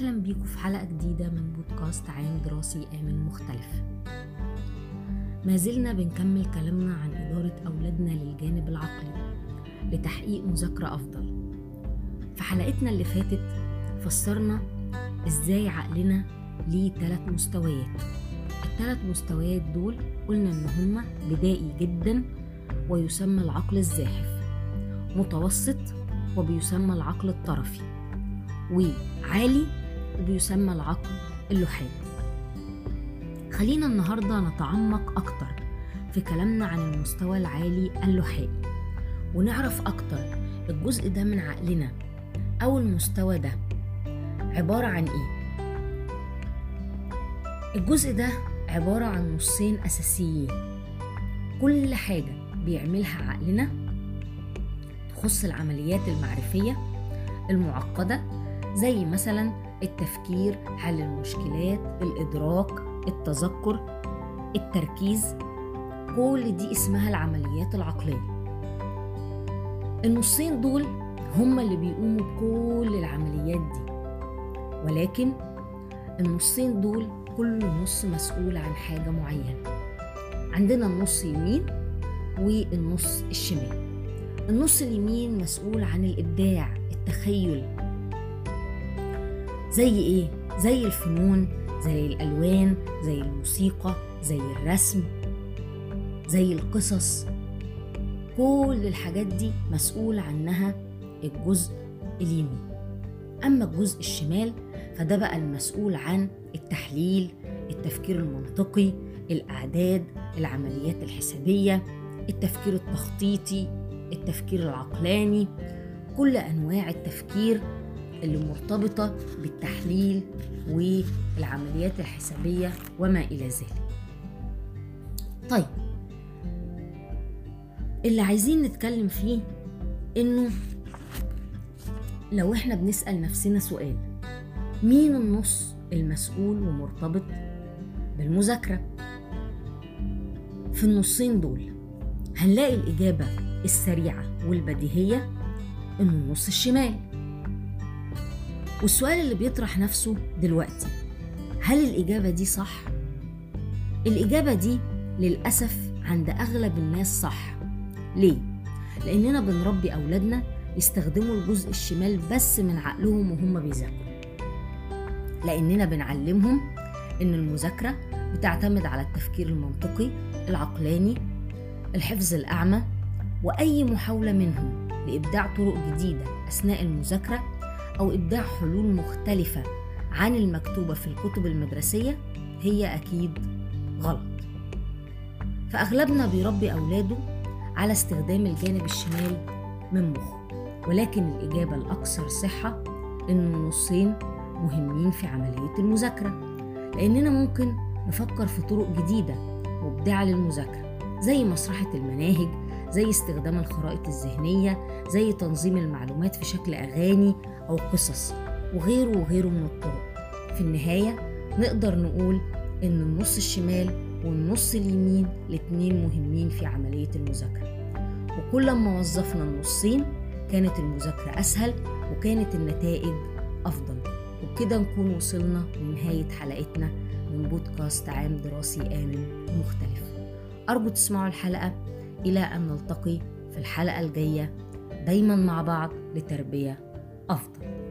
أهلا بيكم في حلقة جديدة من بودكاست عام دراسي آمن مختلف. ما زلنا بنكمل كلامنا عن إدارة أولادنا للجانب العقلي لتحقيق مذاكرة أفضل. في حلقتنا اللي فاتت فسرنا إزاي عقلنا ليه 3 مستويات. ال3 مستويات دول قلنا إن هما بدائي جدا ويسمى العقل الزاحف، متوسط وبيسمى العقل الطرفي، وعالي وبيسمى العقل اللحادي. خلينا النهاردة نتعمق أكتر في كلامنا عن المستوى العالي اللحادي ونعرف أكتر الجزء ده من عقلنا أو المستوى ده عبارة عن إيه. الجزء ده عبارة عن نصين أساسيين، كل حاجة بيعملها عقلنا تخص العمليات المعرفية المعقدة، زي مثلا التفكير، حل المشكلات، الإدراك، التذكر، التركيز، كل دي اسمها العمليات العقلية. النصين دول هم اللي بيقوموا بكل العمليات دي، ولكن النصين دول كل نص مسؤول عن حاجة معينة. عندنا النص يمين والنص الشمال. النص اليمين مسؤول عن الإبداع، التخيل، زي إيه؟ زي الفنون، زي الألوان، زي الموسيقى، زي الرسم، زي القصص. كل الحاجات دي مسؤول عنها الجزء اليمين. أما الجزء الشمال فده بقى المسؤول عن التحليل، التفكير المنطقي، الأعداد، العمليات الحسابية، التفكير التخطيطي، التفكير العقلاني، كل أنواع التفكير اللي مرتبطة بالتحليل والعمليات الحسابية وما إلى ذلك. طيب، اللي عايزين نتكلم فيه إنه لو إحنا بنسأل نفسنا سؤال، مين النص المسؤول ومرتبط بالمذاكرة؟ في النصين دول هنلاقي الإجابة السريعة والبديهية إنه النص الشمال. والسؤال اللي بيطرح نفسه دلوقتي، هل الإجابة دي صح؟ الإجابة دي للأسف عند أغلب الناس صح. ليه؟ لأننا بنربي أولادنا يستخدموا الجزء الشمال بس من عقلهم وهم بيذاكروا، لأننا بنعلمهم إن المذاكرة بتعتمد على التفكير المنطقي العقلاني، الحفظ الأعمى، وأي محاولة منهم لإبداع طرق جديدة أثناء المذاكرة أو إبداع حلول مختلفة عن المكتوبة في الكتب المدرسية هي أكيد غلط. فأغلبنا بيربي أولاده على استخدام الجانب الشمال من مخه، ولكن الإجابة الأكثر صحة إن النصين مهمين في عملية المذاكرة، لأننا ممكن نفكر في طرق جديدة مبدعة للمذاكرة، زي مسرحة المناهج، زي استخدام الخرائط الذهنية، زي تنظيم المعلومات في شكل أغاني أو قصص، وغيره وغيره من الطرق. في النهاية نقدر نقول إن النص الشمال والنص اليمين الاتنين مهمين في عملية المذاكرة، وكل ما وظفنا النصين كانت المذاكرة أسهل وكانت النتائج أفضل. وبكده نكون وصلنا لنهاية حلقتنا من بودكاست عام دراسي آمن مختلف. أرجو تسمعوا الحلقة. إلى أن نلتقي في الحلقة الجاية، دايما مع بعض لتربية أفضل.